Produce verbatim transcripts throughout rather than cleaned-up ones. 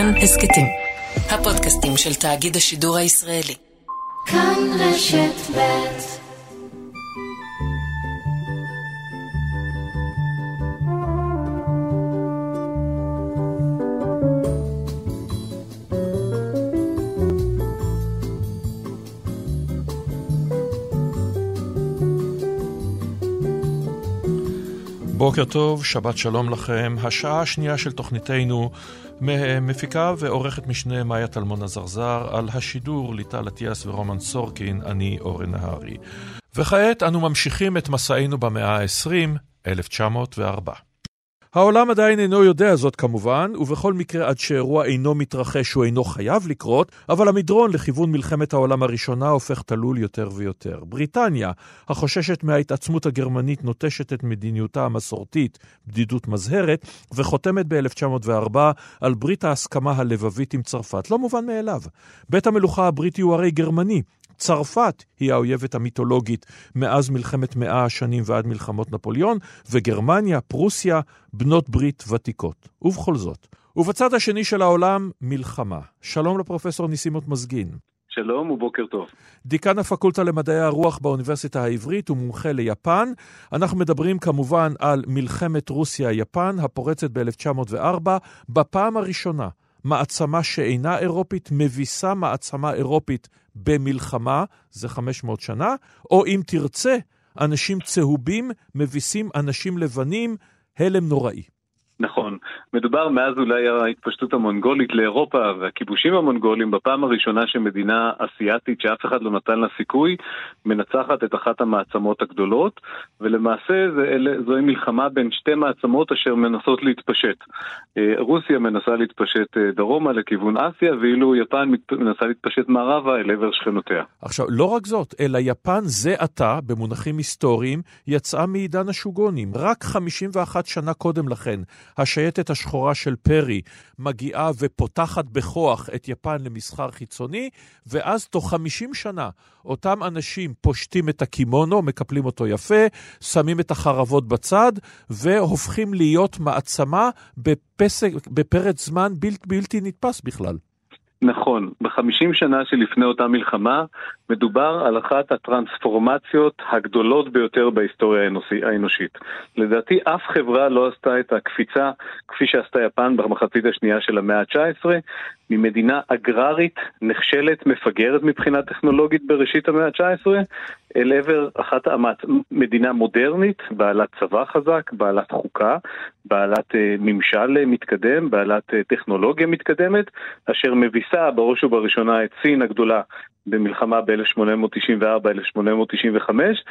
כאן הסקטים, הפודקאסטים של תאגיד השידור הישראלי. כאן רשת ב'. בוקר טוב, שבת שלום לכם. השעה השנייה של תוכניתנו מפיקה ועורכת משנה מאיה טלמון הזרזר, על השידור ליטל אטיאס ורומן סורקין, אני אורן נהרי. וכעת אנו ממשיכים את מסענו במאה ה-עשרים, אלף תשע מאות וארבע. העולם עדיין אינו יודע זאת כמובן, ובכל מקרה עד שאירוע אינו מתרחש הוא אינו חייב לקרות, אבל המדרון לכיוון מלחמת העולם הראשונה הופך תלול יותר ויותר. בריטניה, החוששת מההתעצמות הגרמנית, נוטשת את מדיניותה המסורתית, בדידות מזהרת, וחותמת ב-אלף תשע מאות וארבע על ברית ההסכמה הלבבית עם צרפת. לא מובן מאליו. בית המלוכה הבריטי הוא הרי גרמני. צרפת היא האויבת המיתולוגית מאז מלחמת מאה השנים ועד מלחמות נפוליאון, וגרמניה, פרוסיה, בנות ברית ותיקות. ובכל זאת, ובצד השני של העולם, מלחמה. שלום לפרופסור ניסימות מזגין. שלום ובוקר טוב. דיקן הפקולטה למדעי הרוח באוניברסיטה העברית ומומחה ליפן. אנחנו מדברים כמובן על מלחמת רוסיה-יפן הפורצת ב-אלף תשע מאות וארבע, בפעם הראשונה. מעצמה שאינה אירופית מביסה מעצמה אירופית במלחמה, זה חמש מאות שנה, או אם תרצה, אנשים צהובים מביסים אנשים לבנים, הלם נוראי. נכון, מדובר מאז אולי ההתפשטות המונגולית לאירופה והכיבושים המונגולים בפעם הראשונה שמדינה אסיאתית שאף אחד לא נתן לה סיכוי מנצחת את אחת המעצמות הגדולות, ולמעשה זה, זוהי מלחמה בין שתי מעצמות אשר מנסות להתפשט. רוסיה מנסה להתפשט דרומה לכיוון אסיה, ואילו יפן מנסה להתפשט מערבה אל עבר שכנותיה. עכשיו, לא רק זאת, אלא יפן זה עתה, במונחים היסטוריים, יצאה מעידן השוגונים. רק חמישים ואחת שנה קודם לכן, השייטת השחורה של פרי מגיעה ופותחת בכוח את יפן למסחר חיצוני, ואז תוך חמישים שנה אותם אנשים פושטים את הקימונו, מקפלים אותו יפה, שמים את החרבות בצד, והופכים להיות מעצמה בפסק, בפרץ זמן בלתי, בלתי נתפס בכלל. נכון, בחמישים שנה שלפני אותה מלחמה, מדובר על אחת הטרנספורמציות הגדולות ביותר בהיסטוריה האנושית. לדעתי, אף חברה לא עשתה את הקפיצה, כפי שעשתה יפן במחצית השנייה של המאה ה-תשע עשרה, ממדינה אגררית, נחשלת, מפגרת מבחינה טכנולוגית בראשית המאה ה-תשע עשרה, אל עבר אחת מדינה מודרנית, בעלת צבא חזק, בעלת חוקה, בעלת uh, ממשל מתקדם, בעלת uh, טכנולוגיה מתקדמת, אשר מביסה בראש ובראשונה את סין הגדולה במלחמה ב-אלף שמונה מאות תשעים וארבע אלף שמונה מאות תשעים וחמש,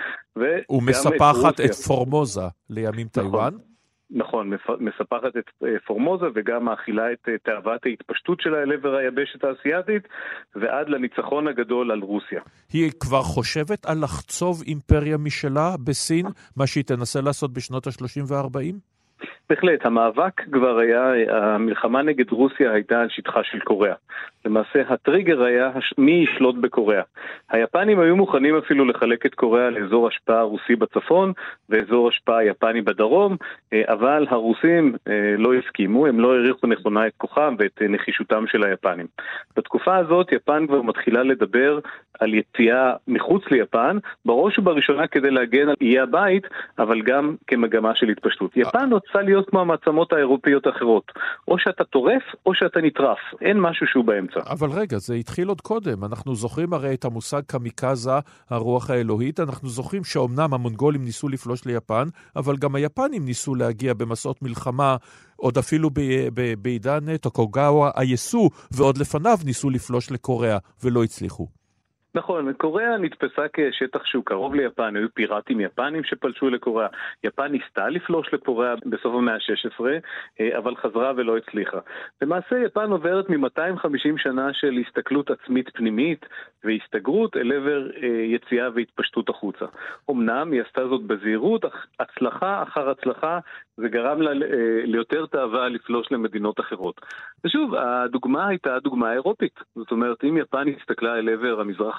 ומספחת את, את פורמוזה לימים טיואן. נכון, מספחת את פורמוזה וגם מאכילה את תאוות ההתפשטות שלה אל עבר היבשת האסייתית ועד לניצחון הגדול על רוסיה. היא כבר חושבת על לחצוב אימפריה משלה בסין, מה שהיא תנסה לעשות בשנות ה-שלושים וה-ארבעים? בהחלט, המאבק כבר היה, המלחמה נגד רוסיה הייתה על שטחה של קוריאה. למעשה הטריגר היה מי ישלוט בקוריאה. היפנים היו מוכנים אפילו לחלק את קוריאה לאזור השפעה רוסי בצפון ואזור השפעה יפני בדרום, אבל הרוסים לא הסכימו, הם לא העריכו נכונה את כוחם ואת נחישותם של היפנים. בתקופה הזאת יפן כבר מתחילה לדבר על יציאה מחוץ ליפן, בראש ובראשונה כדי להגן על איי הבית, אבל גם כמגמה של התפשטות. יפן רוצה להיות כמו המעצמות האירופיות האחרות. או שאתה טורף, או שאתה נטרף. אין משהו שהוא באמצע. אבל רגע, זה התחיל עוד קודם. אנחנו זוכרים הרי את המושג קמיקזה, הרוח האלוהית. אנחנו זוכרים שאומנם המונגולים ניסו לפלוש ליפן, אבל גם היפנים ניסו להגיע במסעות מלחמה, עוד אפילו בעידן טוקוגאווה היסו, ועוד לפניו ניסו לפלוש לקוריאה, ולא הצליחו. נכון, קוריאה נתפסה כשטח שהוא קרוב ליפן, היו פיראטים יפנים שפלשו לקוריאה. יפן ניסתה לפלוש לקוריאה בסוף המאה ה-שש עשרה, אבל חזרה ולא הצליחה. למעשה יפן עוברת מ-מאתיים וחמישים שנה של הסתכלות עצמית פנימית והסתגרות אל עבר יציאה והתפשטות החוצה. אמנם היא עשתה זאת בזהירות, אך הצלחה אחר הצלחה זה גרם לה ליותר תאווה לפלוש למדינות אחרות. ושוב, הדוגמה הייתה הדוגמה האירופית. זאת אומרת, אם יפן הסתכלה אל עבר המזרח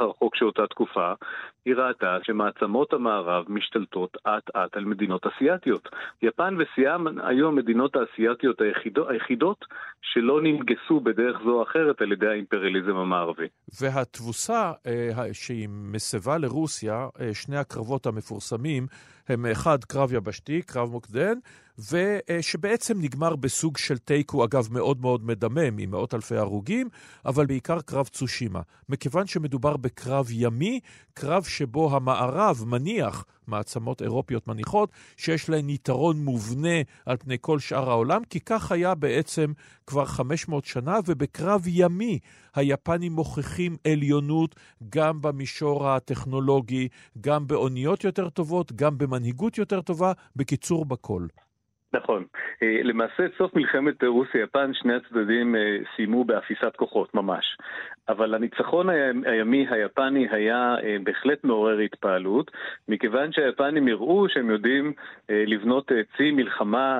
הרחוק של אותה תקופה, היא ראתה שמעצמות המערב משתלטות עט עט על מדינות אסיאתיות. יפן וסיאם היו המדינות האסיאתיות היחידות, היחידות שלא ננגסו בדרך זו או אחרת על ידי האימפריאליזם המערבי. והתבוסה שהיא מסבה לרוסיה, שני הקרבות המפורסמים, הם אחד קרב יבשתי, קרב מוקדן, ושבעצם נגמר בסוג של טייקו, אגב מאוד מאוד מדמם, עם מאות אלפי הרוגים, אבל בעיקר קרב צושימה. מכיוון שמדובר בקרב ימי, קרב שבו המערב מניח, מעצמות אירופיות מניחות, שיש להן יתרון מובנה על פני כל שאר העולם, כי כך היה בעצם כבר חמש מאות שנה, ובקרב ימי היפנים מוכיחים עליונות גם במישור הטכנולוגי, גם באוניות יותר טובות, גם במנהיגות יותר טובה, בקיצור בכל. נכון. למעשה, סוף מלחמת רוסיה-יפן, שני הצדדים סיימו באפיסת כוחות, ממש. אבל הניצחון הימי היפני היה בהחלט מעורר התפעלות, מכיוון שהיפנים הראו שהם יודעים לבנות צי מלחמה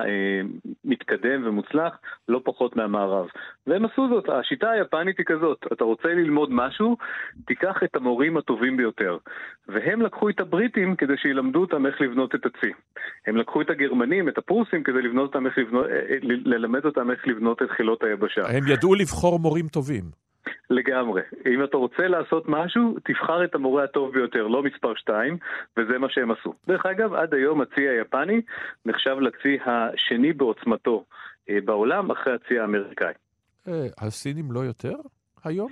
מתקדם ומוצלח, לא פחות מהמערב. והם עשו זאת. השיטה היפנית היא כזאת, אתה רוצה ללמוד משהו, תיקח את המורים הטובים ביותר. והם לקחו את הבריטים כדי שילמדו אותם איך לבנות את הצי. הם לקחו את הגרמנים, את הפרוסים, כדי לבנות אותם איך לבנות, ללמד אותם איך לבנות את חילות היבשה. הם ידעו לבחור מורים טובים. לגמרי. אם אתה רוצה לעשות משהו, תבחר את המורה הטוב ביותר, לא מספר שתיים, וזה מה שהם עשו. דרך אגב, עד היום הצי היפני נחשב לצי השני בעוצמתו בעולם, אחרי הצי האמריקאי. הסינים לא יותר? היום?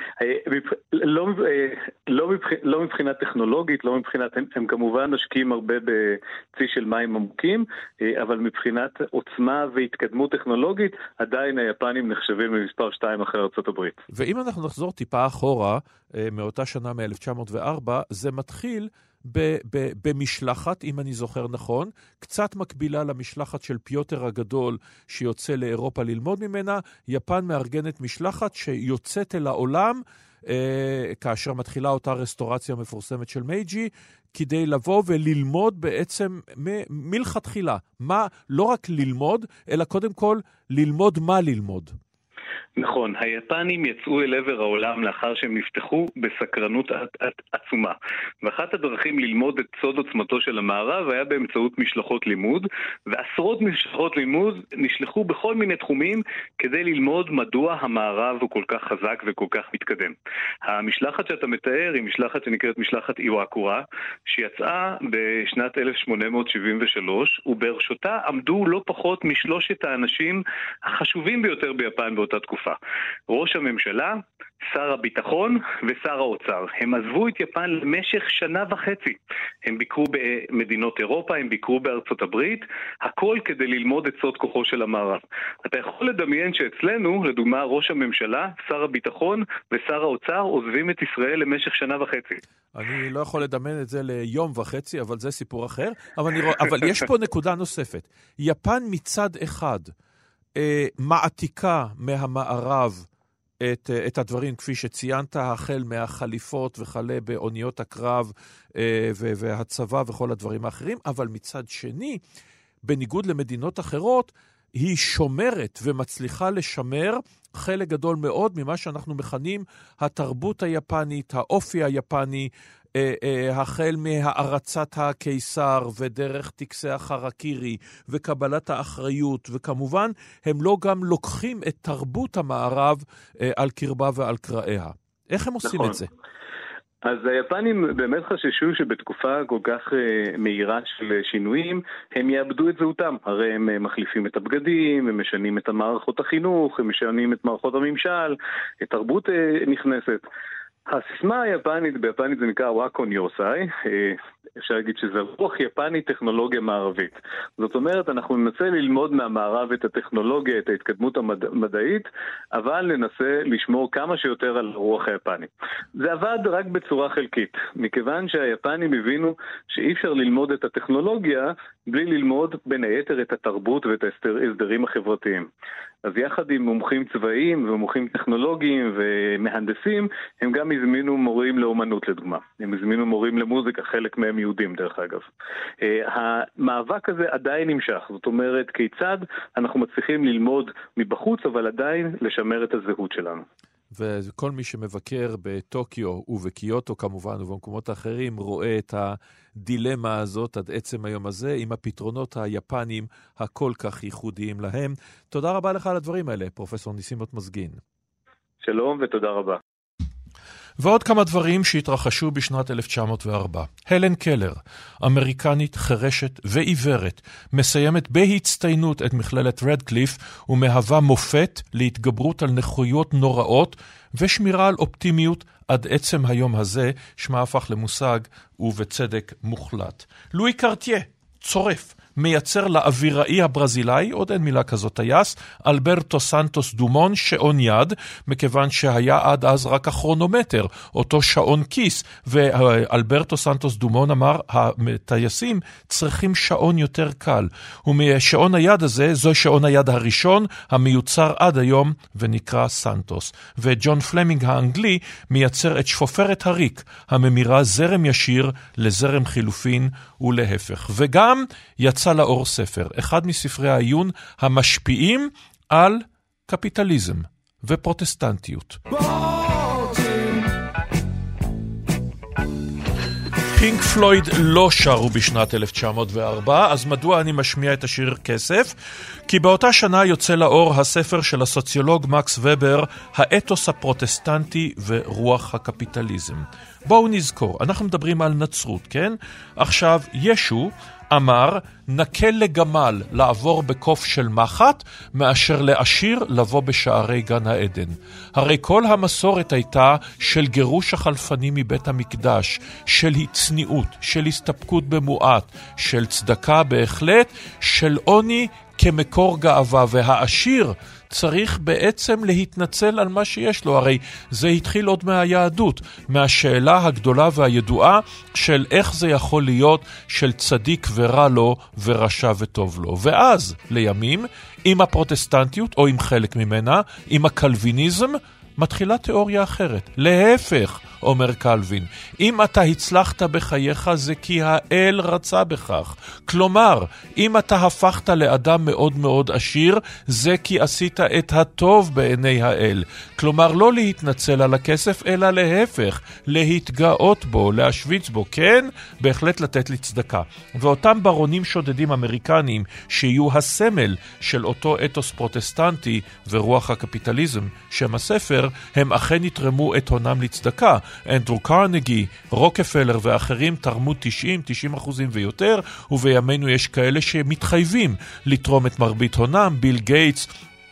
לא, לא, לא מבחינת טכנולוגית, לא מבחינת, הם, הם כמובן משקיעים הרבה בצי של מים עמוקים, אבל מבחינת עוצמה והתקדמות טכנולוגית, עדיין היפנים נחשבים במספר שתיים אחרי ארצות הברית. ואם אנחנו נחזור טיפה אחורה, מאותה שנה מ-אלף תשע מאות וארבע, זה מתחיל ב- ב- במשלחת, אם אני זוכר נכון, קצת מקבילה למשלחת של פיוטר הגדול שיוצא לאירופה ללמוד ממנה. יפן מארגנת משלחת שיוצאת אל העולם אה, כאשר מתחילה אותה רסטורציה מפורסמת של מייג'י, כדי לבוא וללמוד בעצם מ- מלכתחילה. מה, לא רק ללמוד, אלא קודם כל ללמוד מה ללמוד. נכון, היפנים יצאו אל עבר העולם לאחר שהם נפתחו בסקרנות עצומה. ואחת הדרכים ללמוד את סוד עוצמתו של המערב היה באמצעות משלחות לימוד, ועשרות משלחות לימוד נשלחו בכל מיני תחומים כדי ללמוד מדוע המערב הוא כל כך חזק וכל כך מתקדם. המשלחת שאתה מתאר היא משלחת שנקראת משלחת איוואקורה, שיצאה בשנת אלף שמונה מאות שבעים ושלוש, וברשותה עמדו לא פחות משלושת האנשים החשובים ביותר ביפן באותה תקופה. ראש הממשלה, שר הביטחון ושר האוצר. הם עזבו את יפן למשך שנה וחצי. הם ביקרו במדינות אירופה, הם ביקרו בארצות הברית, הכל כדי ללמוד את סוד כוחו של המערב. אתה יכול לדמיין שאצלנו, לדוגמה, ראש הממשלה, שר הביטחון ושר האוצר עוזבים את ישראל למשך שנה וחצי. אני לא יכול לדמיין את זה ליום וחצי, אבל זה סיפור אחר. אבל, אני... אבל יש פה נקודה נוספת. יפן מצד אחד מעתיקה מהמערב את, את הדברים כפי שציינת, החל מהחליפות וכלה באוניות הקרב והצבא וכל הדברים האחרים, אבל מצד שני, בניגוד למדינות אחרות, היא שומרת ומצליחה לשמר חלק גדול מאוד ממה שאנחנו מכנים התרבות היפנית, האופי היפני, החל מהערצת הקיסר ודרך טקסי החרקירי וקבלת האחריות, וכמובן הם לא גם לוקחים את תרבות המערב על קרבה ועל קראיה. איך הם עושים נכון. את זה? אז היפנים באמת חששו שבתקופה כל כך מהירה של שינויים, הם יאבדו את זהותם. הרי הם מחליפים את הבגדים, הם משנים את מערכות החינוך, הם משנים את מערכות הממשל, את תרבות נכנסת. הסיסמה היפנית, ביפנית זה נקרא וואקון יוסאי, אפשר להגיד שזה רוח יפנית טכנולוגיה מערבית. זאת אומרת, אנחנו ננסה ללמוד מהמערב את הטכנולוגיה, את ההתקדמות המדעית, אבל ננסה לשמור כמה שיותר על הרוח היפנית. זה עבד רק בצורה חלקית, מכיוון שהיפנים הבינו שאי אפשר ללמוד את הטכנולוגיה בלי ללמוד בין היתר את התרבות ואת ההסדרים החברתיים. אז יחד עם מומחים צבאיים ומומחים טכנולוגיים ומהנדסים, הם גם הזמינו מורים לאומנות לדוגמה. הם הזמינו מורים למוזיקה, חלק מהם יהודים דרך אגב. המאבק הזה עדיין נמשך, זאת אומרת, כיצד אנחנו מצליחים ללמוד מבחוץ, אבל עדיין לשמר את הזהות שלנו. וכל מי שמבקר בטוקיו ובקיוטו כמובן ובמקומות האחרים רואה את הדילמה הזאת עד עצם היום הזה עם הפתרונות היפניים הכל כך ייחודיים להם. תודה רבה לך על הדברים האלה, פרופסור ניסים מוטמזגין. שלום ותודה רבה. ועוד כמה דברים שהתרחשו בשנת אלף תשע מאות וארבע. הלן קלר, אמריקנית חרשת ועיוורת, מסיימת בהצטיינות את מכללת רדקליף ומהווה מופת להתגברות על נכויות נוראות ושמירה על אופטימיות עד עצם היום הזה, שמה הפך למושג ובצדק מוחלט. לואי קרטיה, צורף, מייצר לאוויראי הברזילאי, עוד אין מילה כזאת טייס, אלברטו סנטוס דומון, שעון יד, מכיוון שהיה עד אז רק הכרונומטר, אותו שעון כיס, ואלברטו סנטוס דומון אמר, הטייסים צריכים שעון יותר קל, ומשעון היד הזה, זו שעון היד הראשון, המיוצר עד היום, ונקרא סנטוס. וג'ון פלמינג האנגלי מייצר את שפופרת הריק, הממירה זרם ישיר לזרם חילופין ולהפך. וגם יצא לאור ספר, אחד מספרי העיון המשפיעים על קפיטליזם ופרוטסטנטיות. פינק פלויד לא שרו בשנת אלף תשע מאות וארבע, אז מדוע אני משמיע את השיר כסף? כי באותה שנה יוצא לאור הספר של הסוציולוג מקס ובר, האתוס הפרוטסטנטי ורוח הקפיטליזם. בואו נזכור, אנחנו מדברים על נצרות, כן? עכשיו, ישו אמר, נקל לגמל לעבור בקוף של מחט, מאשר לעשיר לבוא בשערי גן העדן. הרי כל המסורת הייתה של גירוש החלפנים מבית המקדש, של הצניעות, של הסתפקות במועט, של צדקה בהחלט, של עוני כמקור גאווה, והעשיר צריך בעצם להתנצל על מה שיש לו. הרי זה התחיל עוד מהיהדות, מהשאלה הגדולה והידועה של איך זה יכול להיות של צדיק ורע לו ורשע וטוב לו. ואז לימים, עם הפרוטסטנטיות או עם חלק ממנה, עם הקלוויניזם, מתחילה תיאוריה אחרת. להפך, אומר קלווין, אם אתה הצלחת בחייך זה כי האל רצה בכך. כלומר, אם אתה הפכת לאדם מאוד מאוד עשיר, זה כי עשית את הטוב בעיני האל. כלומר, לא להתנצל על הכסף, אלא להפך, להתגאות בו, להשוויץ בו, כן? בהחלט לתת לצדקה. ואותם ברונים שודדים אמריקניים, שיהיו הסמל של אותו אתוס פרוטסטנטי ורוח הקפיטליזם, שם הספר, הם אכן יתרמו את הונם לצדקה. אנדרו קרנגי, רוקפלר ואחרים תרמו תשעים תשעים אחוזים ויותר, ובימינו יש כאלה שמתחייבים לתרום את מרבית הונם, ביל גייטס,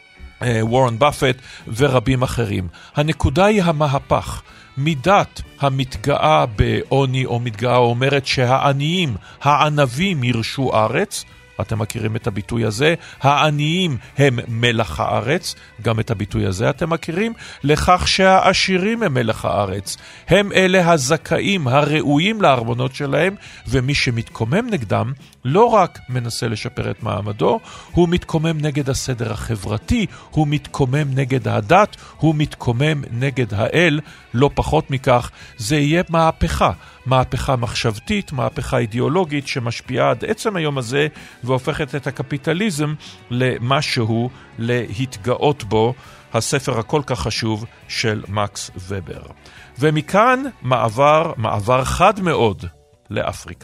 וורן באפט ורבים אחרים. הנקודה היא המהפך. מידת המתגאה בעוני או מתגאה אומרת שהעניים, הענבים ירשו ארץ, אתם מכירים את הביטוי הזה, העניים הם מלח הארץ, גם את הביטוי הזה אתם מכירים, לכך שהעשירים הם מלח הארץ. הם אלה הזכאים, הראויים לארמונות שלהם, ומי שמתקומם נגדם, לא רק מנסה לשפר את מעמדו, הוא מתקומם נגד הסדר החברתי, הוא מתקומם נגד הדת, הוא מתקומם נגד האל, לא פחות מכך, זה יהיה מהפכה. מהפכה מחשבתית, מהפכה אידיאולוגית שמשפיעה עד עצם היום הזה והופכת את הקפיטליזם למשהו להתגאות בו, הספר הכל כך חשוב של מקס ובר. ומכאן מעבר, מעבר חד מאוד לאפריקה.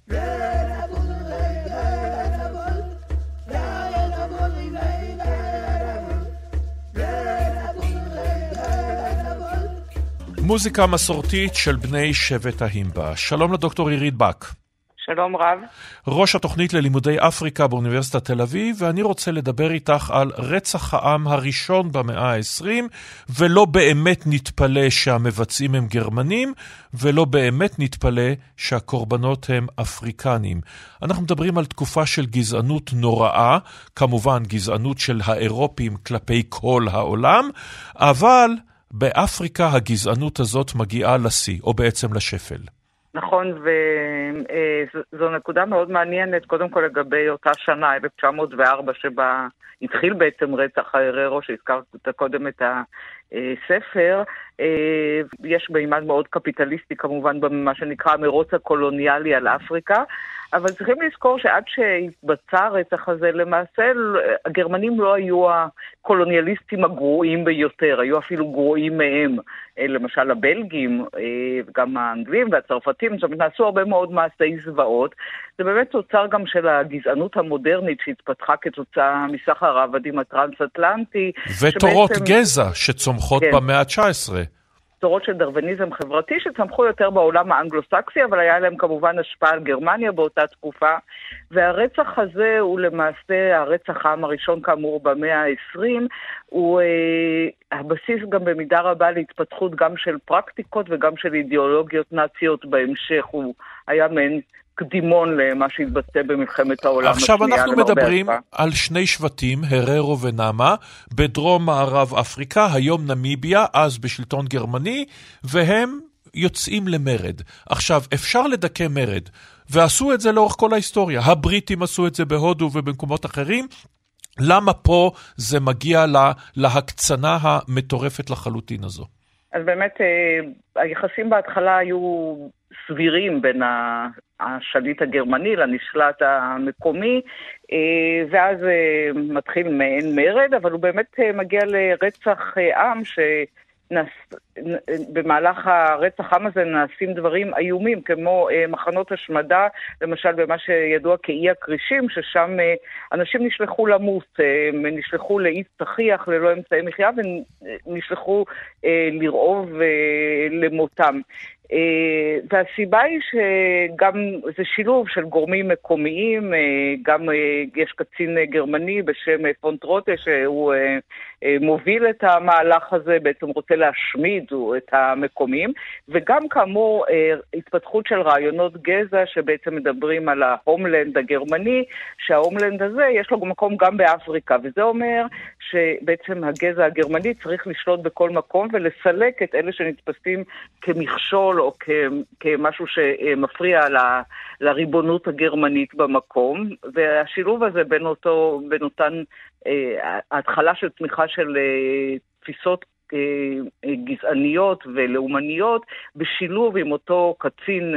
מוזיקה מסורתית של בני שבט ההימבה. שלום לדוקטור עירית בק. שלום רב. ראש התוכנית ללימודי אפריקה באוניברסיטת תל אביב, ואני רוצה לדבר איתך על רצח העם הראשון במאה ה-עשרים, ולא באמת נתפלא שהמבצעים הם גרמנים, ולא באמת נתפלא שהקורבנות הם אפריקנים. אנחנו מדברים על תקופה של גזענות נוראה, כמובן גזענות של האירופים כלפי כל העולם, אבל באפריקה הגזענות הזאת מגיעה לשיא, או בעצם לשפל. נכון, וזו נקודה מאוד מעניינת, קודם כל לגבי אותה שנה, אלף תשע מאות וארבע, שבה התחיל בעצם רצח הררו, שהזכרת קודם את הספר, יש מימד מאוד קפיטליסטי כמובן במה שנקרא המרוץ הקולוניאלי על אפריקה, אבל צריכים לזכור שעד שהתבצע הרצח הזה, למעשה הגרמנים לא היו הקולוניאליסטים הגרועים ביותר, היו אפילו גרועים מהם. למשל הבלגים, גם האנגלים והצרפתים, זאת אומרת, נעשו הרבה מאוד מעשי זוועות. זה באמת תוצר גם של הגזענות המודרנית שהתפתחה כתוצאה מסחר העבדים הטרנס-אטלנטי. ותורות שבעצם... גזע שצומחות כן. במאה ה-תשע עשרה. תורות של דרוויניזם חברתי שצמחו יותר בעולם האנגלוסקסי, אבל היה להם כמובן השפעה על גרמניה באותה תקופה, והרצח הזה הוא למעשה הרצח העם הראשון כאמור במאה ה-עשרים, הוא אה, הבסיס גם במידה רבה להתפתחות גם של פרקטיקות וגם של אידיאולוגיות נאציות בהמשך, הוא היה מעין קדימון למה שהתבצע במלחמת העולם השנייה. עכשיו אנחנו מדברים על שני שבטים, הררו ונאמה, בדרום מערב אפריקה, היום נמיביה, אז בשלטון גרמני, והם יוצאים למרד. עכשיו, אפשר לדכא מרד, ועשו את זה לאורך כל ההיסטוריה. הבריטים עשו את זה בהודו ובמקומות אחרים. למה פה זה מגיע לה, להקצנה המטורפת לחלוטין הזו? אז באמת, היחסים בהתחלה היו סבירים בין השליט הגרמני לנשלט המקומי, ואז מתחיל מעין מרד, אבל הוא באמת מגיע לרצח עם ש... במהלך הרצח העם הזה נעשים דברים איומים, כמו מחנות השמדה, למשל במה שידוע כאי הקרישים, ששם אנשים נשלחו למות, נשלחו לאי צחיח ללא אמצעי מחיה, ונשלחו לרעוב למותם. והסיבה היא שגם זה שילוב של גורמים מקומיים, גם יש קצין גרמני בשם פון טרוטה שהוא מוביל את המהלך הזה, בעצם רוצה להשמיד את המקומיים, וגם כאמור התפתחות של רעיונות גזע שבעצם מדברים על ההומלנד הגרמני, שההומלנד הזה יש לו מקום גם באפריקה, וזה אומר שבעצם הגזע הגרמני צריך לשלוט בכל מקום ולסלק את אלה שנתפסים כמכשול או כמשהו שמפריע לריבונות הגרמנית במקום, והשילוב הזה בין אותו, בין אותן ההתחלה של תמיכה של תפיסות גזעניות ולאומניות, בשילוב עם אותו קצין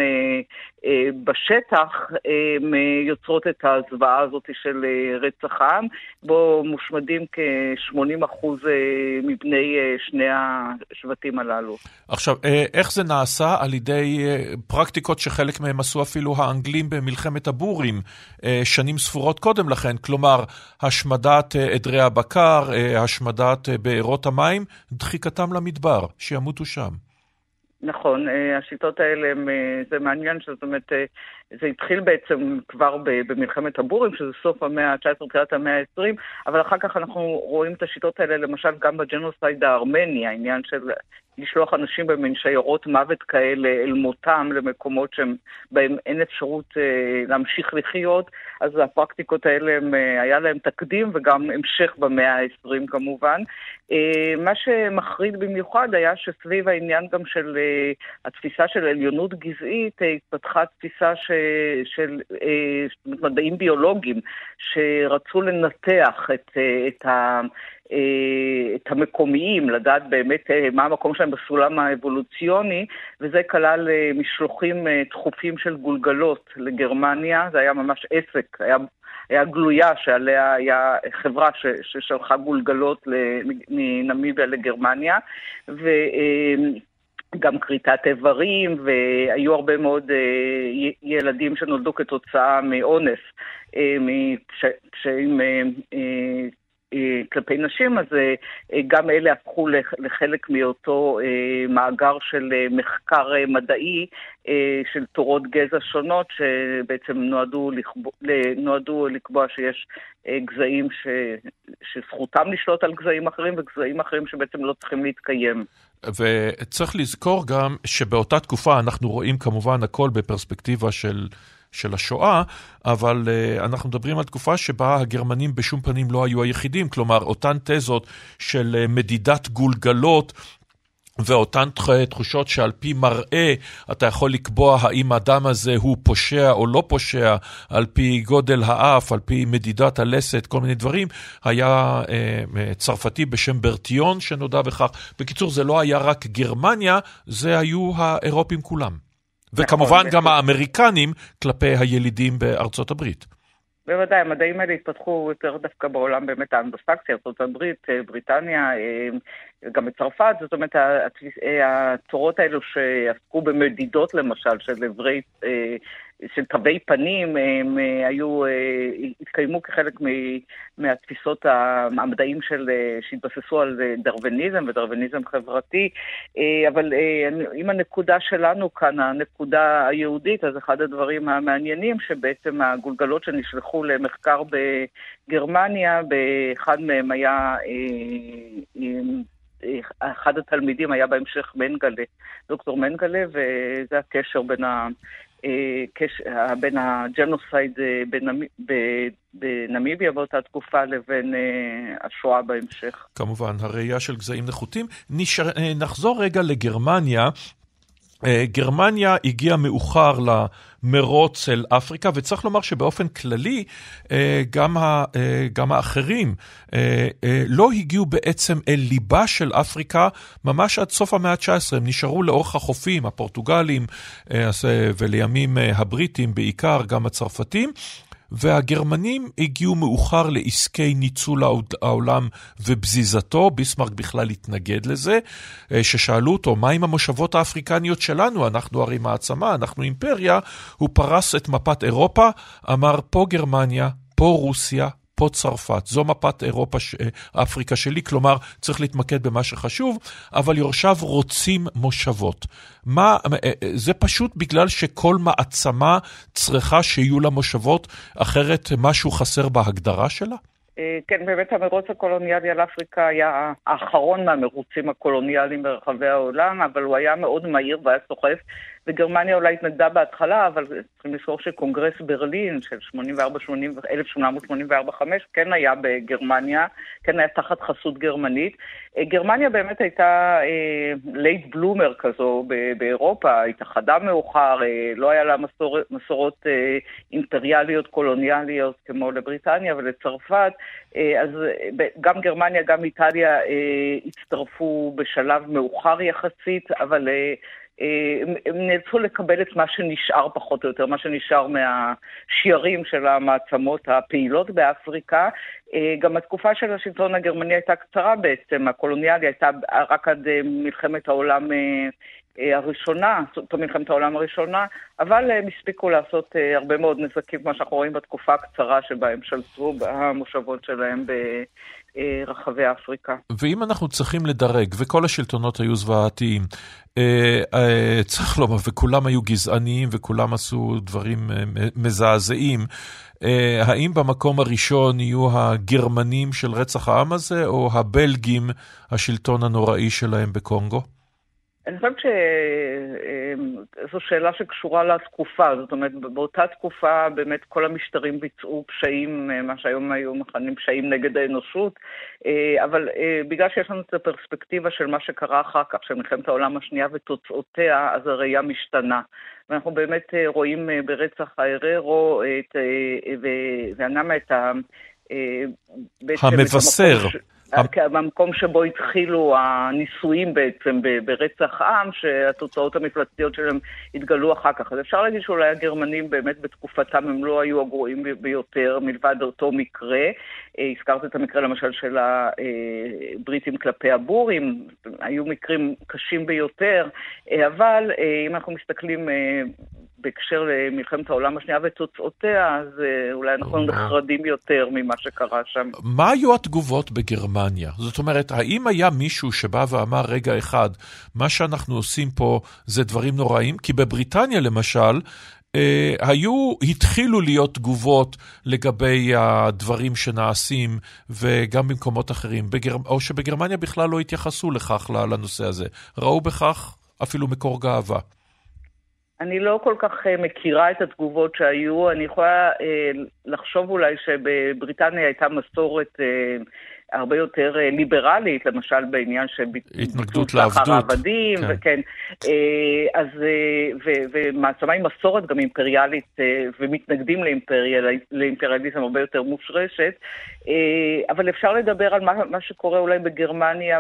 בשטח, יוצרות את הזוועה הזאת של רצח העם, בו מושמדים כ-שמונים אחוז מבני שני השבטים הללו. עכשיו, איך זה נעשה? על ידי פרקטיקות שחלק מהם עשו אפילו האנגלים במלחמת הבורים, שנים ספורות קודם לכן, כלומר, השמדת עדרי הבקר, השמדת בארות המים, דחיקתם למדבר, שימותו שם. נכון, השיטות האלה, זה מעניין, זאת אומרת, זה התחיל בעצם כבר במלחמת הבורים, שזה סוף המאה ה-תשע עשרה, תחילת המאה ה-עשרים, אבל אחר כך אנחנו רואים את השיטות האלה, למשל גם בג'נוסייד הארמני, העניין של לשלוח אנשים במין שיירות מוות כאלה אל מותם למקומות שבהם אין אפשרות להמשיך לחיות, אז הפרקטיקות האלה היה להם תקדים וגם המשך במאה ה-עשרים כמובן. מה שמחריד במיוחד היה שסביב העניין גם של התפיסה של עליונות גזעית, התפתחה תפיסה ש... של מדעים ביולוגיים שרצו לנתח את, את ה... את המקומיים, לדעת באמת מה המקום שלהם בסולם האבולוציוני, וזה כלל משלוחים תכופים של גולגלות לגרמניה, זה היה ממש עסק, היה, היה גלויה שעליה היה חברה ש, ששלחה גולגלות מנמיביה לגרמניה, ו... גם קריטת איברים, והיו הרבה מאוד ילדים שנולדו כתוצאה מאונס, כשהם כלפי נשים, אז גם אלה הפכו לחלק מאותו מאגר של מחקר מדעי של תורות גזע שונות, שבעצם נועדו לקבוע, נועדו לקבוע שיש גזעים ש, שזכותם לשלוט על גזעים אחרים, וגזעים אחרים שבעצם לא צריכים להתקיים. וצריך לזכור גם שבאותה תקופה אנחנו רואים כמובן הכל בפרספקטיבה של של השואה, אבל uh, אנחנו מדברים על תקופה שבה הגרמנים בשום פנים לא היו היחידים, כלומר אותן תזות של uh, מדידת גולגלות ואותן תחושות שעל פי מראה אתה יכול לקבוע האם האדם הזה הוא פושע או לא פושע, על פי גודל האף, על פי מדידת הלסת, כל מיני דברים. היה אה, צרפתי בשם ברטיון שנודע בכך. בקיצור, זה לא היה רק גרמניה, זה היו האירופים כולם. וכמובן גם האמריקנים כלפי הילידים בארצות הברית. בוודאי, המדעים האלה התפתחו יותר דווקא בעולם באמת האנגלוסקסי, ארצות הברית, בריטניה, גם בצרפת. זאת אומרת, התורות האלו שעסקו במדידות למשל של עברי, של תווי פנים, הם היו, התקיימו כחלק מהתפיסות המדעים של, שהתבססו על דרוויניזם ודרוויניזם חברתי. אבל עם הנקודה שלנו כאן, הנקודה היהודית, אז אחד הדברים המעניינים שבעצם הגולגלות שנשלחו למחקר בגרמניה, באחד מהם היה, אחד התלמידים היה בהמשך מנגלה, דוקטור מנגלה, וזה הקשר בין ה... בין הג'נוסייד בנמיביה באותה תקופה לבין השואה בהמשך. כמובן, הראייה של גזעים נחותים. נחזור רגע לגרמניה. גרמניה הגיעה מאוחר למרוץ אל אפריקה, וצריך לומר שבאופן כללי גם, ה, גם האחרים לא הגיעו בעצם אל ליבה של אפריקה ממש עד סוף המאה ה-תשע עשרה. הם נשארו לאורך החופים, הפורטוגלים ולימים הבריטים בעיקר, גם הצרפתים. והגרמנים הגיעו מאוחר לעסקי ניצול העולם ובזיזתו. ביסמרק בכלל התנגד לזה, ששאלו אותו, מה עם המושבות האפריקניות שלנו? אנחנו הרי מעצמה, אנחנו אימפריה. הוא פרס את מפת אירופה, אמר פה גרמניה, פה רוסיה, פה צרפת. זו מפת אירופה, אפריקה שלי, כלומר צריך להתמקד במה שחשוב, אבל יורשיו רוצים מושבות. מה, זה פשוט בגלל שכל מעצמה צריכה שיהיו לה מושבות, אחרת משהו חסר בהגדרה שלה? כן, באמת המרוץ הקולוניאלי על אפריקה היה האחרון מהמרוצים הקולוניאליים ברחבי העולם, אבל הוא היה מאוד מהיר והיה סוחף, וגרמניה אולי התנגדה בהתחלה, אבל צריכים לזכור שקונגרס ברלין של אלף שמונה מאות שמונים וארבע חמש כן היה בגרמניה, כן היה תחת חסות גרמנית. גרמניה באמת הייתה לייט בלומר כזו באירופה, התאחדה מאוחר, לא היה לה מסור, מסורות אימפריאליות קולוניאליות כמו לבריטניה ולצרפת, אז גם גרמניה, גם איטליה הצטרפו בשלב מאוחר יחסית, אבל הם נאלצו לקבל את מה שנשאר פחות או יותר, מה שנשאר מהשיירים של המעצמות הפעילות באפריקה. גם התקופה של השלטון הגרמני הייתה קצרה בעצם, הקולוניאלי הייתה רק עד מלחמת העולם הראשונה, זאת מלחמת העולם הראשונה, אבל הם הספיקו לעשות הרבה מאוד נזקים, מה שאנחנו רואים בתקופה הקצרה שבה הם שלטו במושבות שלהם ברחבי אפריקה. ואם אנחנו צריכים לדרג, וכל השלטונות היו זוועתיים, צריך לומר, וכולם היו גזעניים, וכולם עשו דברים מזעזעים, האם במקום הראשון יהיו הגרמנים של רצח העם הזה, או הבלגים, השלטון הנוראי שלהם בקונגו? אני חושבת שזו שאלה שקשורה לתקופה, זאת אומרת, באותה תקופה באמת כל המשטרים ביצעו פשעים, מה שהיום היו מכנים פשעים נגד האנושות, אבל בגלל שיש לנו את הפרספקטיבה של מה שקרה אחר כך, של מלחמת העולם השנייה ותוצאותיה, אז הראייה משתנה. ואנחנו באמת רואים ברצח האררו, וענמה את ה... המבשר. במקום שבו התחילו הניסויים בעצם ברצח עם, שהתוצאות המפלצתיות שלהם התגלו אחר כך. אז אפשר להגיד שאולי הגרמנים באמת בתקופתם הם לא היו הגרועים ביותר מלבד אותו מקרה. הזכרת את המקרה למשל של הבריטים כלפי הבורים, היו מקרים קשים ביותר, אבל אם אנחנו מסתכלים בהקשר למלחמת העולם השנייה ותוצאותיה, אז אולי אנחנו נחרדים יותר ממה שקרה שם. מה היו התגובות בגרמניה? זאת אומרת, האם היה מישהו שבא ואמר רגע אחד, מה שאנחנו עושים פה זה דברים נוראים? כי בבריטניה למשל, היו, התחילו להיות תגובות לגבי הדברים שנעשים, וגם במקומות אחרים, או שבגרמניה בכלל לא התייחסו לכך לנושא הזה. ראו בכך אפילו מקור גאווה. אני לא כל כך מכירה את התגובות שהיו, אני יכולה לחשוב אולי שבבריטניה הייתה מסורת, הרבה יותר ליברלית, למשל בעניין של התנגדות לעבדות. העבדים, כן. וכן. אז, ומעצמה עם מסורת גם אימפריאלית, ומתנגדים לאימפריאל, לאימפריאליזם הרבה יותר מושרשת, אבל אפשר לדבר על מה, מה שקורה אולי בגרמניה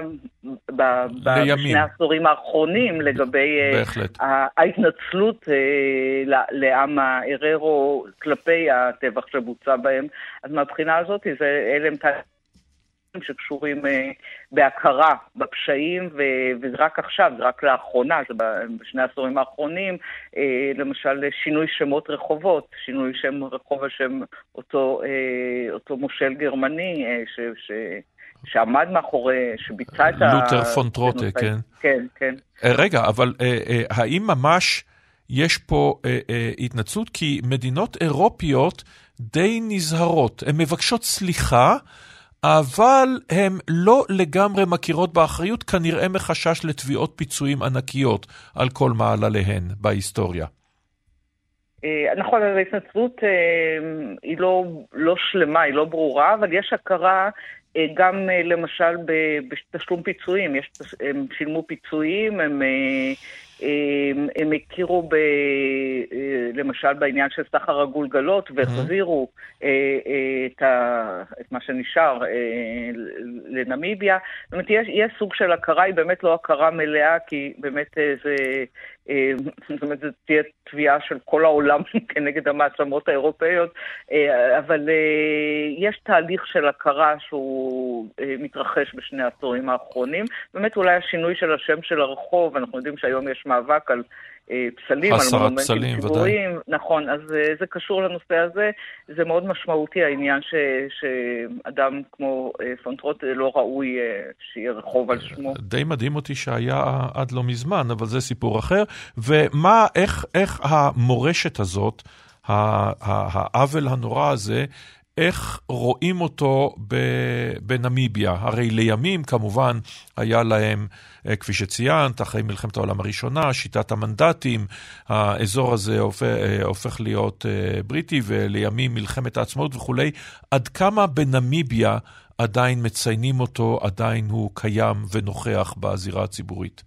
בשני העשורים האחרונים, לגבי בהחלט. ההתנצלות לעם ההררו כלפי הטבח שבוצע בהם. אז מהבחינה הזאת, זה אלה הם תהליכים שקשורים בהכרה בפשעים, וזה רק עכשיו, זה רק לאחרונה, זה בשני העשורים האחרונים, למשל שינוי שמות רחובות, שינוי שם רחוב השם אותו, אותו מושל גרמני, ש... ש שעמד מאחורי, שביצע את ה... לותר פון טרוטה, כן. כן, כן. רגע, אבל האם ממש יש פה התנצלות? כי מדינות אירופיות די נזהרות, הן מבקשות סליחה, אבל הן לא לגמרי מכירות באחריות, כנראה מחשש לתביעות פיצויים ענקיות על כל מעלליהן בהיסטוריה. נכון, ההתנצלות היא לא, לא שלמה, היא לא ברורה, אבל יש הכרה גם למשל בתשלום פיצויים, יש, הם שילמו פיצויים, הם, הם, הם הכירו ב, למשל בעניין של סחר הגולגלות והחזירו את, ה, את מה שנשאר לנמיביה. זאת אומרת, יש, יש סוג של הכרה, היא באמת לא הכרה מלאה, כי באמת זה... זאת אומרת, זו תהיה תביעה של כל העולם כנגד המעצמות האירופאיות, אבל יש תהליך של הכרה שהוא מתרחש בשני העשורים האחרונים. באמת אולי השינוי של השם של הרחוב, אנחנו יודעים שהיום יש מאבק על פסלים, על מונומנטים ציבוריים, נכון, אז זה קשור לנושא הזה, זה מאוד משמעותי העניין ש, שאדם כמו פון טרוטה לא ראוי שיהיה רחוב על שמו. די מדהים אותי שהיה עד לא מזמן, אבל זה סיפור אחר, ומה, איך, איך המורשת הזאת, העוול הנורא הזה, איך רואים אותו בנמיביה? הרי לימים כמובן היה להם, כפי שציינת, אחרי מלחמת העולם הראשונה, שיטת המנדטים, האזור הזה הופך להיות בריטי, ולימים מלחמת העצמאות וכולי. עד כמה בנמיביה עדיין מציינים אותו, עדיין הוא קיים ונוכח בזירה הציבורית?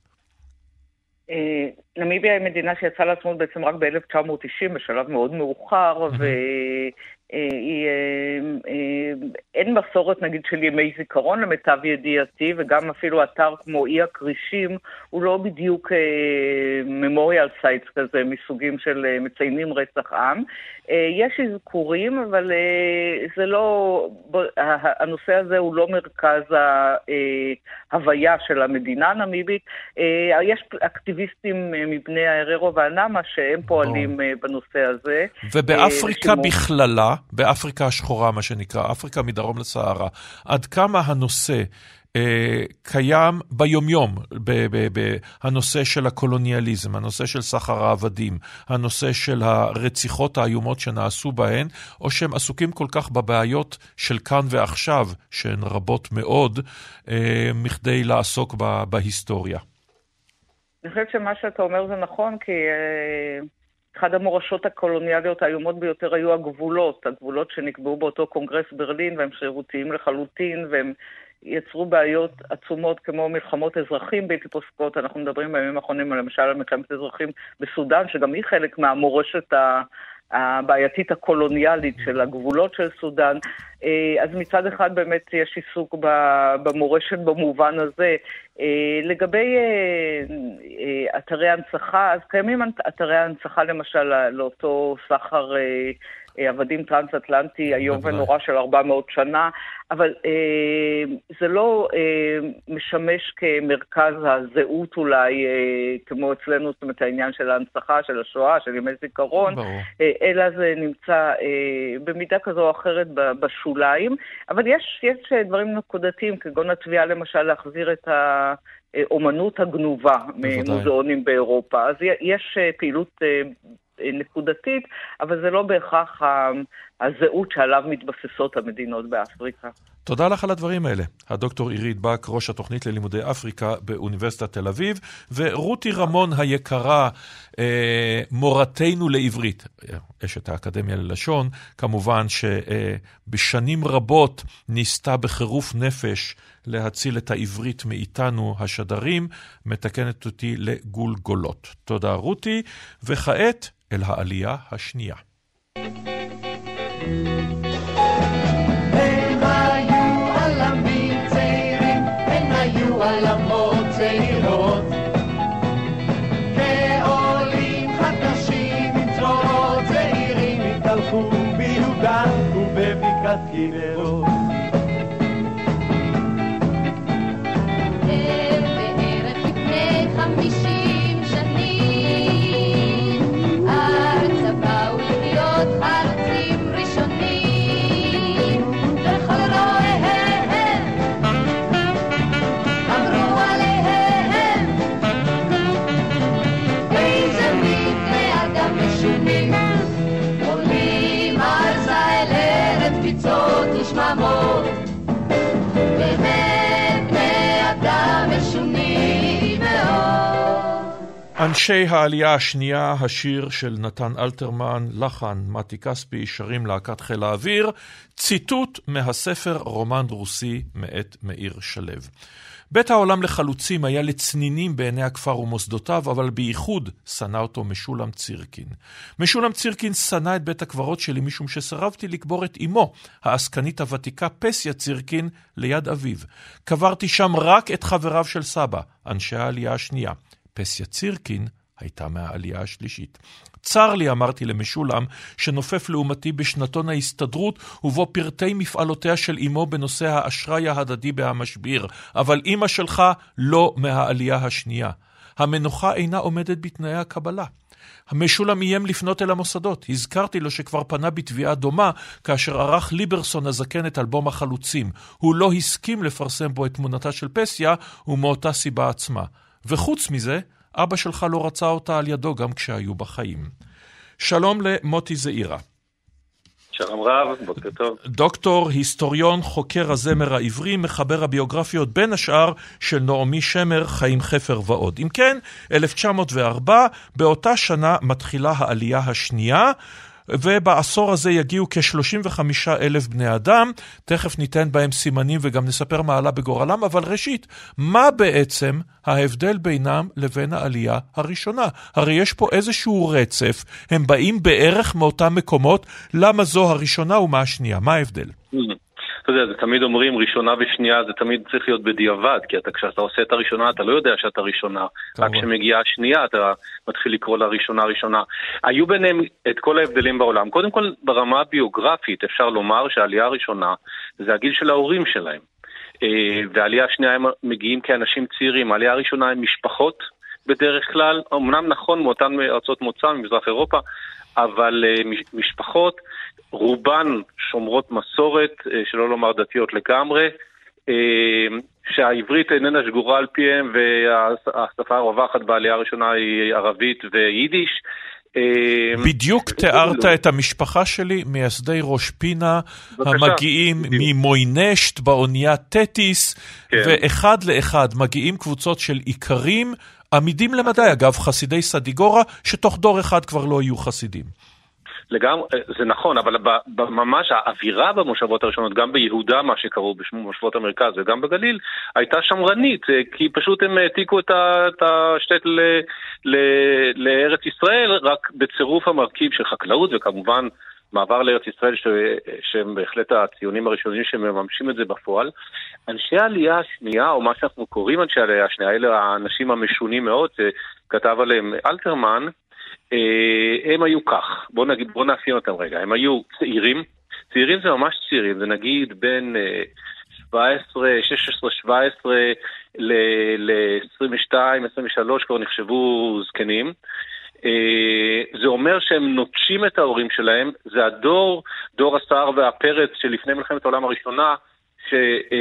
נמיביה היא מדינה שיצאה לעצמאות בעצם רק ב-אלף תשע מאות תשעים, בשלב מאוד מאוחר, ו... היא, אין מסורת נגיד של ימי זיכרון למיטב ידיעתי, וגם אפילו אתר כמו אי הקרישים הוא לא בדיוק ממוריאל סייטס כזה מסוגים של מציינים רצח עם. יש אזכורים, אבל זה לא, הנושא הזה הוא לא מרכז ההוויה של המדינה הנמיבית. יש אקטיביסטים מבני ההררו והנאמה שהם פועלים בנושא הזה. ובאפריקה בכללה, באפריקה השחורה, מה שנקרא, אפריקה מדרום לסהרה, עד כמה הנושא אה, קיים ביומיום, הנושא של הקולוניאליזם, הנושא של סחר העבדים, הנושא של הרציחות האיומות שנעשו בהן, או שהם עסוקים כל כך בבעיות של כאן ועכשיו, שהן רבות מאוד, אה, מכדי לעסוק בה, בהיסטוריה. אני חושבת שמה שאתה אומר זה נכון, כי... אה... אחד המורשות הקולוניאליות האיומות ביותר היו הגבולות, הגבולות שנקבעו באותו קונגרס ברלין, והם שרירותיים לחלוטין, והם יצרו בעיות עצומות כמו מלחמות אזרחים בלתי פוסקות. אנחנו מדברים בימים האחרונים למשל על מלחמת אזרחים בסודן, שגם היא חלק מהמורשת הבעייתית הקולוניאלית של הגבולות של סודן. אז מצד אחד באמת יש עיסוק במורשת במובן הזה. לגבי אתרי הנצחה, אז קיימים אתרי הנצחה למשל לאותו סחר עבדים טרנס-אטלנטי היום ונורא של ארבע מאות שנה, אבל אה, זה לא אה, משמש כמרכז הזהות אולי, אה, כמו אצלנו, זאת אומרת העניין של ההנצחה, של השואה, של ימי זיכרון, אה, אלא זה נמצא אה, במידה כזו או אחרת בשוליים, אבל יש, יש דברים נקודתיים, כגון התביעה למשל להחזיר את ה... אומנות הגנובה ממוזיאונים באירופה. אז יש פעילות נקודתית, אבל זה לא בהכרח הזהות שעליו מתבססות המדינות באפריקה. תודה לך על הדברים האלה. הדוקטור עירית בק, ראש התוכנית ללימודי אפריקה באוניברסיטת תל אביב, ורותי רמון היקרה, מורתנו לעברית, אשת האקדמיה ללשון, כמובן שבשנים רבות ניסתה בחירוף נפש להציל את העברית מאיתנו השדרים, מתקנת אותי לגולגולות. תודה רותי, וכעת אל העלייה השנייה. עלמות צעירות כעולים חדשים עם צרורות צעירים התהלכו ביהודה ובבקעת כנרות. בערך לפני חמישים שנים ארצה באו להיות חלוצים ראשונים וכל רואיהם אמרו עליהם איזה מבני אדם משונים עולים ארצה אל ארץ פיצות ושממות והם בני אדם משונים מאוד. אנשי העלייה השנייה, השיר של נתן אלתרמן, לחן מתי כספי, שרים להקת חיל האוויר, ציטוט מהספר רומן רוסי מאת מאיר שלו. בית העולם לחלוצים היה לצנינים בעיני הכפר ומוסדותיו, אבל בייחוד שנא אותו משולם צירקין. משולם צירקין שנא את בית הקברות שלי משום שסרבתי לקבור את אמו, העסקנית הוותיקה פסיה צירקין, ליד אביו. קברתי שם רק את חבריו של סבא, אנשי העלייה השנייה. פסיה צירקין הייתה מהעלייה השלישית. צר לי, אמרתי למשולם, שנופף לעומתי בשנתון ההסתדרות, ובו פרטי מפעלותיה של אמו בנושא האשראי ההדדי בהמשביר, אבל אמא שלך לא מהעלייה השנייה. המנוחה אינה עומדת בתנאי הקבלה. המשולם איים לפנות אל המוסדות. הזכרתי לו שכבר פנה בתביעה דומה, כאשר ערך ליברסון הזקן את אלבום החלוצים. הוא לא הסכים לפרסם בו את תמונתה של פסיה, ומאותה סיבה עצמה. וחוץ מזה, אבא שלך לא רצה אותה על ידו גם כשהיו בחיים. שלום למוטי זעירה. שלום רב, בוקר טוב. דוקטור, היסטוריון, חוקר הזמר העברי, מחבר הביוגרפיות בין השאר של נעמי שמר, חיים חפר ועוד. אם כן, אלף תשע מאות וארבע, באותה שנה מתחילה העלייה השנייה, ובעשור הזה יגיעו כ-שלושים וחמישה אלף בני אדם, תכף ניתן בהם סימנים וגם נספר מה עלה בגורלם, אבל ראשית, מה בעצם ההבדל בינם לבין העלייה הראשונה? הרי יש פה איזשהו רצף, הם באים בערך מאותם מקומות, למה זו הראשונה ומה השנייה? מה ההבדל? אתה יודע, זה תמיד אומרים ראשונה ושנייה, זה תמיד צריך להיות בדיעבד, כי אתה, כשאתה עושה את הראשונה, אתה לא יודע שאתה ראשונה. רק כשמגיעה השנייה, אתה מתחיל לקרוא לה ראשונה ראשונה. היו ביניהם את כל ההבדלים בעולם. קודם כל, ברמה הביוגרפית, אפשר לומר שהעלייה הראשונה זה הגיל של ההורים שלהם. והעלייה השנייה הם מגיעים כאנשים צעירים. העלייה הראשונה הם משפחות בדרך כלל, אמנם נכון מאותן ארצות מוצא, ממזרח אירופה, אבל משפחות, רובן שומרות מסורת, שלא לומר דתיות לגמרי, שהעברית איננה שגורה על פיהם, והשפה הרווחת בעלייה הראשונה היא ערבית ויידיש. בדיוק תיארת את המשפחה שלי, מייסדי ראש פינה, המגיעים ממוינשט באונייה טטיס, ואחד לאחד מגיעים קבוצות של עיקרים, עמידים למדי, אגב חסידי סדיגורה, שתוך דור אחד כבר לא יהיו חסידים. לגמרי, זה נכון, אבל ממש האווירה במושבות הראשונות, גם ביהודה, מה שקראו במושבות המרכז וגם בגליל, הייתה שמרנית, כי פשוט הם העתיקו את השטט לארץ ישראל, רק בצירוף המרכיב של חקלאות, וכמובן מעבר לארץ ישראל, שהם בהחלט הציונים הראשונים שמממשים את זה בפועל. אנשי העלייה השנייה, או מה שאנחנו קוראים אנשי העלייה השנייה, אלה האנשים המשונים מאוד, שכתב עליהם אלתרמן, הם היו כך, בוא נגיד, בוא נאפיין אותם רגע, הם היו צעירים, צעירים זה ממש צעירים, זה נגיד בין שבע עשרה, שש עשרה, שבע עשרה ל-עשרים ושתיים, עשרים ושלוש כבר נחשבו זקנים, זה אומר שהם נוטשים את ההורים שלהם, זה הדור, דור הסער והפרץ שלפני מלחמת העולם הראשונה, ש,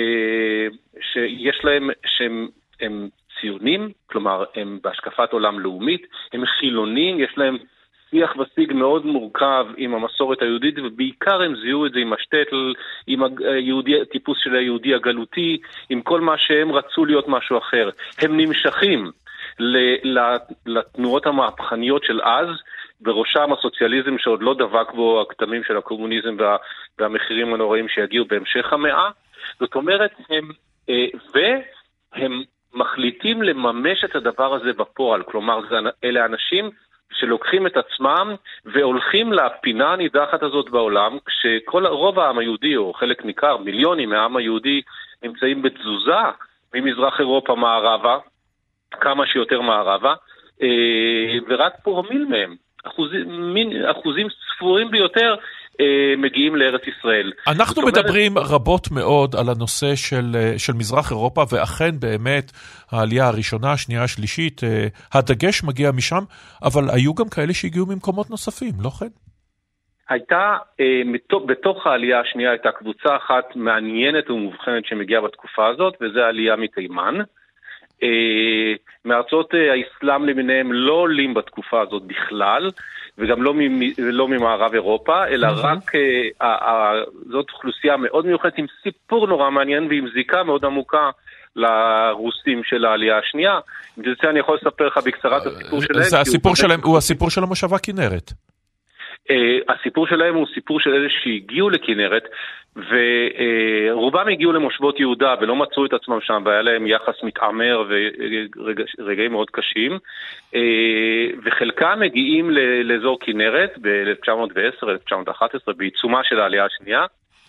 שיש להם, שהם הם ציונים, כלומר הם בהשקפת עולם לאומית, הם חילונים, יש להם שיח ושיג מאוד מורכב עם המסורת היהודית, ובעיקר הם זיהו את זה עם השטטל, עם היהודי, הטיפוס של היהודי הגלותי, עם כל מה שהם רצו להיות משהו אחר. הם נמשכים לתנועות המהפכניות של אז, בראשם הסוציאליזם שעוד לא דבק בו הכתמים של הקומוניזם וה, והמחירים הנוראים שיגיעו בהמשך המאה. זאת אומרת, הם, והם מחליטים לממש את הדבר הזה בפועל. כלומר, אלה אנשים שלוקחים את עצמם והולכים לפינה הנידחת הזאת בעולם, כשכל רוב העם היהודי, או חלק ניכר, מיליונים מהעם היהודי, נמצאים בתזוזה ממזרח אירופה מערבה, כמה שיותר מערבה, ורק פרומיל מהם, אחוזים, מין, אחוזים ספורים ביותר, מגיעים לארץ ישראל. אנחנו מדברים אומרת... רבות מאוד על הנושא של, של מזרח אירופה, ואכן באמת העלייה הראשונה, השנייה, השלישית, הדגש מגיע משם, אבל היו גם כאלה שהגיעו ממקומות נוספים, לא כן? הייתה, בתוך העלייה השנייה הייתה קבוצה אחת מעניינת ומובחנת שמגיעה בתקופה הזאת, וזה העלייה מתימן. מארצות האסלאם למיניהם לא עולים בתקופה הזאת בכלל, וגם לא, לא ממערב אירופה, אלא mm-hmm. רק uh, uh, uh, זאת אוכלוסייה מאוד מיוחדת עם סיפור נורא מעניין ועם זיקה מאוד עמוקה לרוסים של העלייה השנייה. אם תרצה אני יכול לספר לך בקצרה את הסיפור שלהם. זה הסיפור שלהם, הוא הסיפור של המושבה כנרת. Uh, הסיפור שלהם הוא סיפור של אלה שהגיעו לכנרת, ורובם uh, הגיעו למושבות יהודה ולא מצאו את עצמם שם, והיה להם יחס מתעמר ורגעים מאוד קשים, uh, וחלקם מגיעים ל- לאזור כנרת ב-אלף תשע מאות ועשר אלף תשע מאות ואחת עשרה בעיצומה של העלייה השנייה,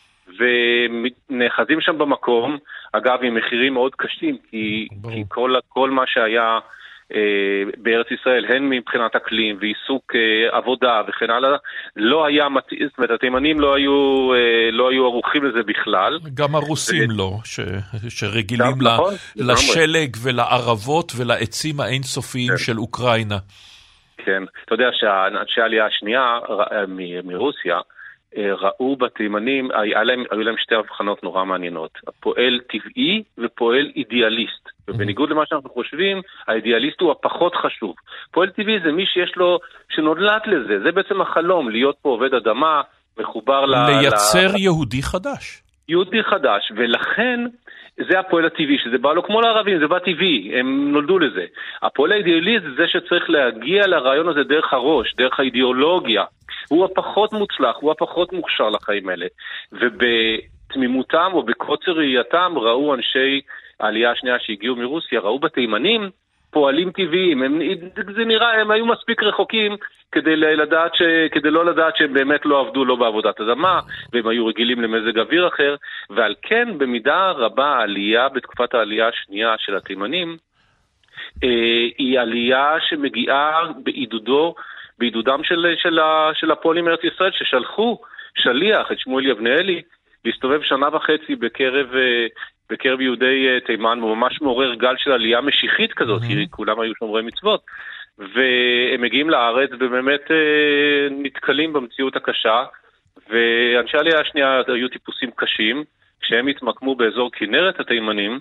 ונאחזים שם במקום, אגב עם מחירים מאוד קשים, כי, כי כל, כל מה שהיה בארץ ישראל, הן מבחינת אקלים ועיסוק עבודה וכן הלאה, לא היה, זאת אומרת, התימנים לא היו, לא היו ערוכים לזה בכלל. גם הרוסים לא, ש, שרגילים ל, לשלג ולערבות ולעצים האינסופיים של אוקראינה. כן, אתה יודע שהאנשי העלייה השנייה מרוסיה, ראו בתימנים, היו להם, היו להם שתי הבחנות נורא מעניינות. הפועל טבעי ופועל אידיאליסט. ובניגוד למה שאנחנו חושבים, האידיאליסט הוא הפחות חשוב. פועל טבעי זה מי שיש לו, שנולד לזה. זה בעצם החלום, להיות פה עובד אדמה, מחובר ל... לייצר ל... יהודי חדש. יהודי חדש, ולכן זה הפועל הטבעי, שזה בא לו כמו לערבים, זה בא טבעי, הם נולדו לזה. הפועל האידיאליסט זה שצריך להגיע לרעיון הזה דרך הראש, דרך האידיאולוגיה. הוא הפחות מוצלח, הוא הפחות מוכשר לחיים האלה. ובתמימותם או בקוצר ראייתם ראו אנשי העלייה השנייה שהגיעו מרוסיה, ראו בתימנים פועלים טבעיים. הם, זה נראה, הם היו מספיק רחוקים כדי לדעת ש, כדי לא לדעת שהם באמת לא עבדו לא בעבודת אדמה, והם היו רגילים למזג אוויר אחר, ועל כן במידה רבה העלייה בתקופת העלייה השנייה של התימנים, אה, היא עלייה שמגיעה בעידודו, בעידודם של, של, של הפועלים מארץ ישראל, ששלחו שליח, את שמואל יבנאלי, להסתובב שנה וחצי בקרב, בקרב יהודי תימן, וממש מעורר גל של עלייה משיחית כזאת, mm-hmm. כי כולם היו שומרי מצוות, והם מגיעים לארץ ובאמת נתקלים במציאות הקשה, ואנשי העלייה השנייה היו טיפוסים קשים, כשהם התמקמו באזור כנרת התימנים,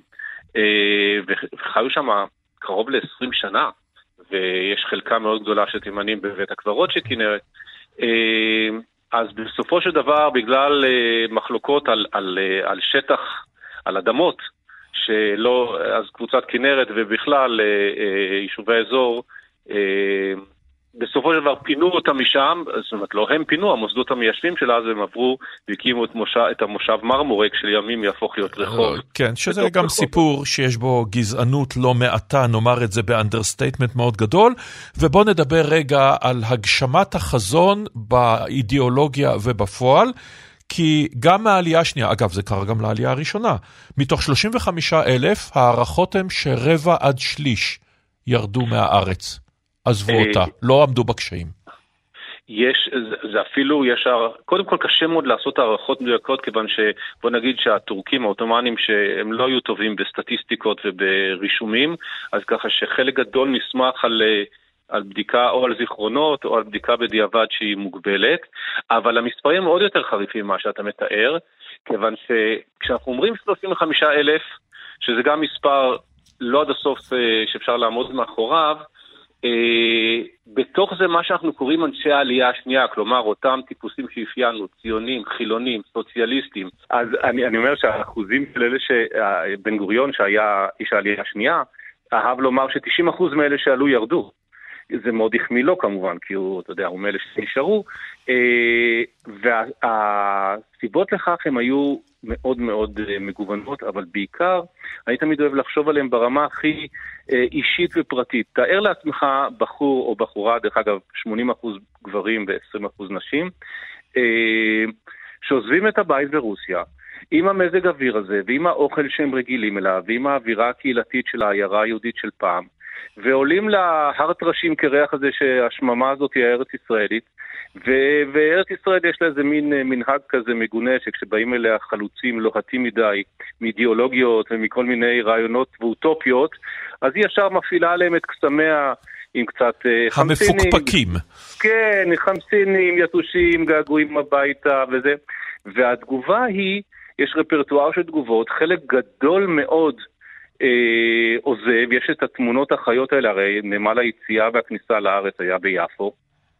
וחיו שם קרוב ל-עשרים שנה, ויש חלקה מאוד גדולה של תימנים בבית הקברות של כנרת. אז בסופו של דבר, בגלל מחלוקות על, על, על שטח, על אדמות, שלא, אז קבוצת כנרת ובכלל יישובי האזור, בסופו של דבר פינו אותם משם, זאת אומרת, לא הם פינו, המוסדות המיישבים שלה, אז הם עברו והקימו את, מושב, את המושב מרמורק של ימים יהפוך להיות רחוב. כן, שזה גם רחוב. סיפור שיש בו גזענות לא מעטה, נאמר את זה באנדרסטייטמנט מאוד גדול, ובוא נדבר רגע על הגשמת החזון באידיאולוגיה ובפועל, כי גם מהעלייה השנייה, אגב זה קרה גם לעלייה הראשונה, מתוך שלושים וחמישה אלף, הערכות הם שרבע עד שליש ירדו מהארץ. עזבו אותה, לא עמדו בקשיים. יש, זה אפילו, יש, קודם כל קשה מאוד לעשות הערכות מדויקות, כיוון שבוא נגיד שהטורקים האוטומנים שהם לא היו טובים בסטטיסטיקות וברישומים, אז ככה שחלק גדול נסמך על, על בדיקה או על זיכרונות או על בדיקה בדיעבד שהיא מוגבלת, אבל המספרים מאוד יותר חריפים מה שאתה מתאר, כיוון שכשאנחנו אומרים שלושים וחמישה אלף, שזה גם מספר לא עד הסוף שאפשר לעמוד מאחוריו, בתוך זה מה שאנחנו קוראים אנשי העלייה השנייה, כלומר אותם טיפוסים שאפיינו, ציונים, חילונים, סוציאליסטים. אז אני, אני אומר שהאחוזים של אלה שבן גוריון שהיה איש העלייה השנייה, אהב לומר ש-תשעים אחוז מאלה שעלו ירדו. זה מאוד החמיא לו כמובן, כי הוא, אתה יודע, הוא מאלה שנשארו. והסיבות לכך הם היו מאוד מאוד מגוונות, אבל בעיקר אני תמיד אוהב לחשוב עליהם ברמה הכי אישית ופרטית. תאר לעצמך בחור או בחורה, דרך אגב שמונים אחוז גברים ו-עשרים אחוז נשים, שעוזבים את הבית ברוסיה, עם המזג אוויר הזה, ועם האוכל שהם רגילים אליו, ועם האווירה הקהילתית של העיירה היהודית של פעם, ועולים להר טרשים כריח הזה שהשממה הזאת היא הארץ ישראלית, ו- וארץ ישראל יש לה איזה מין מנהג כזה מגונה, שכשבאים אליה חלוצים לוהטים מדי, מאידיאולוגיות ומכל מיני רעיונות ואוטופיות, אז היא ישר מפעילה עליהם את קסמיה עם קצת חמסינים. המפוקפקים. כן, חמסינים, יתושים, געגועים הביתה וזה. והתגובה היא, יש רפרטואר של תגובות, חלק גדול מאוד אה, עוזב, יש את התמונות החיות האלה, הרי נמל היציאה והכניסה לארץ היה ביפו,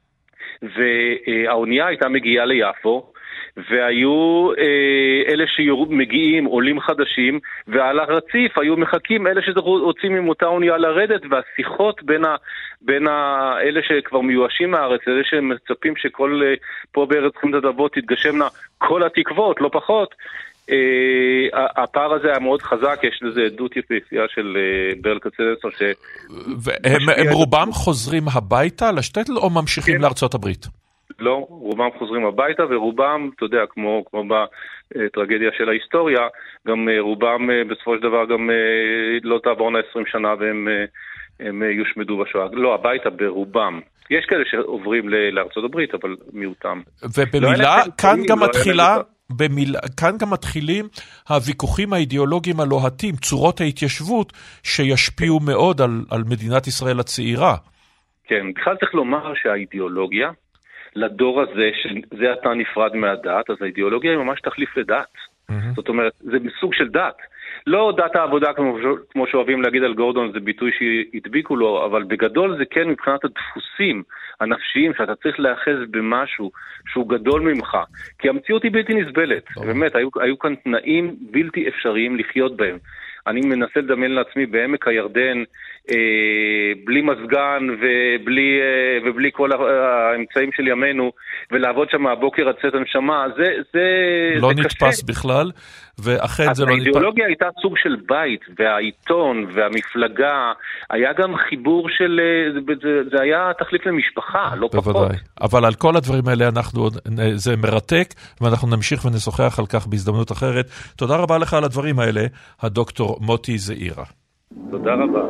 והאונייה הייתה מגיעה ליפו, והיו אה, אלה שמגיעים, עולים חדשים, ועל הרציף היו מחכים אלה שרוצים עם אותה אונייה לרדת, והשיחות בין, ה, בין ה, אלה שכבר מיואשים מהארץ, אלה שמצפים שכל אה, פה בארץ חמדת אבות תתגשמנה כל התקוות, לא פחות, אה, הפער הזה היה מאוד חזק, יש לזה עדות יפהפייה של אה, ברל כצנלסון, ש... והם הם רובם חוזרים הביתה לשטטל או ממשיכים כן. לארצות הברית? לא, רובם חוזרים הביתה, ורובם, אתה יודע, כמו, כמו בטרגדיה של ההיסטוריה, גם רובם בסופו של דבר גם לא תעברנה עשרים שנה והם הם יושמדו בשואה. לא, הביתה ברובם. יש כאלה שעוברים לארצות הברית, אבל מיעוטם. ובמילה, לא כאן גם לא מתחילה... במיל... כאן גם מתחילים הוויכוחים האידיאולוגיים הלוהטים, צורות ההתיישבות שישפיעו מאוד על, על מדינת ישראל הצעירה. כן, בכלל צריך לומר שהאידיאולוגיה, לדור הזה, שזה עתה נפרד מהדת, אז האידיאולוגיה היא ממש תחליף לדת. Mm-hmm. זאת אומרת, זה מסוג של דת. לא דת העבודה, כמו, כמו שאוהבים להגיד על גורדון, זה ביטוי שהדביקו לו, אבל בגדול זה כן מבחינת הדפוסים הנפשיים, שאתה צריך להאחז במשהו שהוא גדול ממך. כי המציאות היא בלתי נסבלת. Oh. באמת, היו, היו כאן תנאים בלתי אפשריים לחיות בהם. אני מנסה לדמיין לעצמי בעמק הירדן, אה, בלי מזגן ובלי, אה, ובלי כל האמצעים של ימינו, ולעבוד שם מהבוקר עד צאת הנשמה, זה, זה, לא זה נתפס קשה. בכלל, ואכן זה לא נתפס. האידיאולוגיה הייתה סוג של בית, והעיתון והמפלגה, היה גם חיבור של, זה, זה היה תחליף למשפחה, לא פחות. בוודאי, אבל על כל הדברים האלה אנחנו, זה מרתק, ואנחנו נמשיך ונשוחח על כך בהזדמנות אחרת. תודה רבה לך על הדברים האלה, הדוקטור מוטי זעירה. תודה רבה.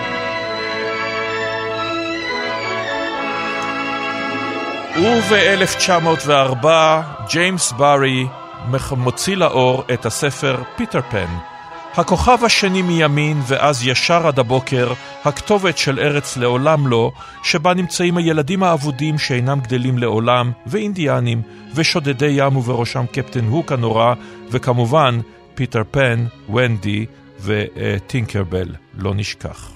וב-אלף תשע מאות וארבע ג'יימס בארי מוציא לאור את הספר פיטר פן, הכוכב השני מימין ואז ישר עד הבוקר, הכתובת של ארץ לעולם לא, שבה נמצאים הילדים האבודים שאינם גדלים לעולם, ואינדיאנים ושודדי ים ובראשם קפטן הוק הנורא, וכמובן פיטר פן, ונדי וטינקרבל, לא נשכח.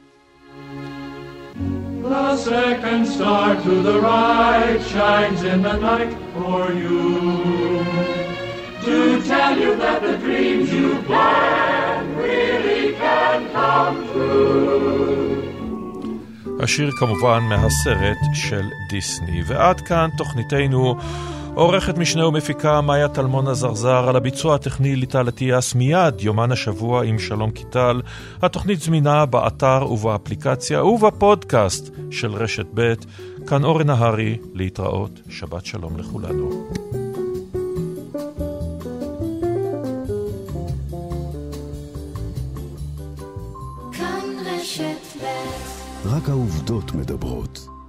The second star to the right shines in the night for you, to tell you that the dreams you plan really can come true. השיר כמובן מהסרט של דיסני. ועד כאן תוכניתנו. עורכת משנה ומפיקה מאיה טלמון הזרזר, על הביצוע הטכני ליטל אטיאס. מיד יומן השבוע עם שלום קיטל. התוכנית זמינה באתר ובאפליקציה ובפודקאסט של רשת ב'. כאן אורן נהרי, להתראות, שבת שלום לכולנו. רק העובדות מדברות.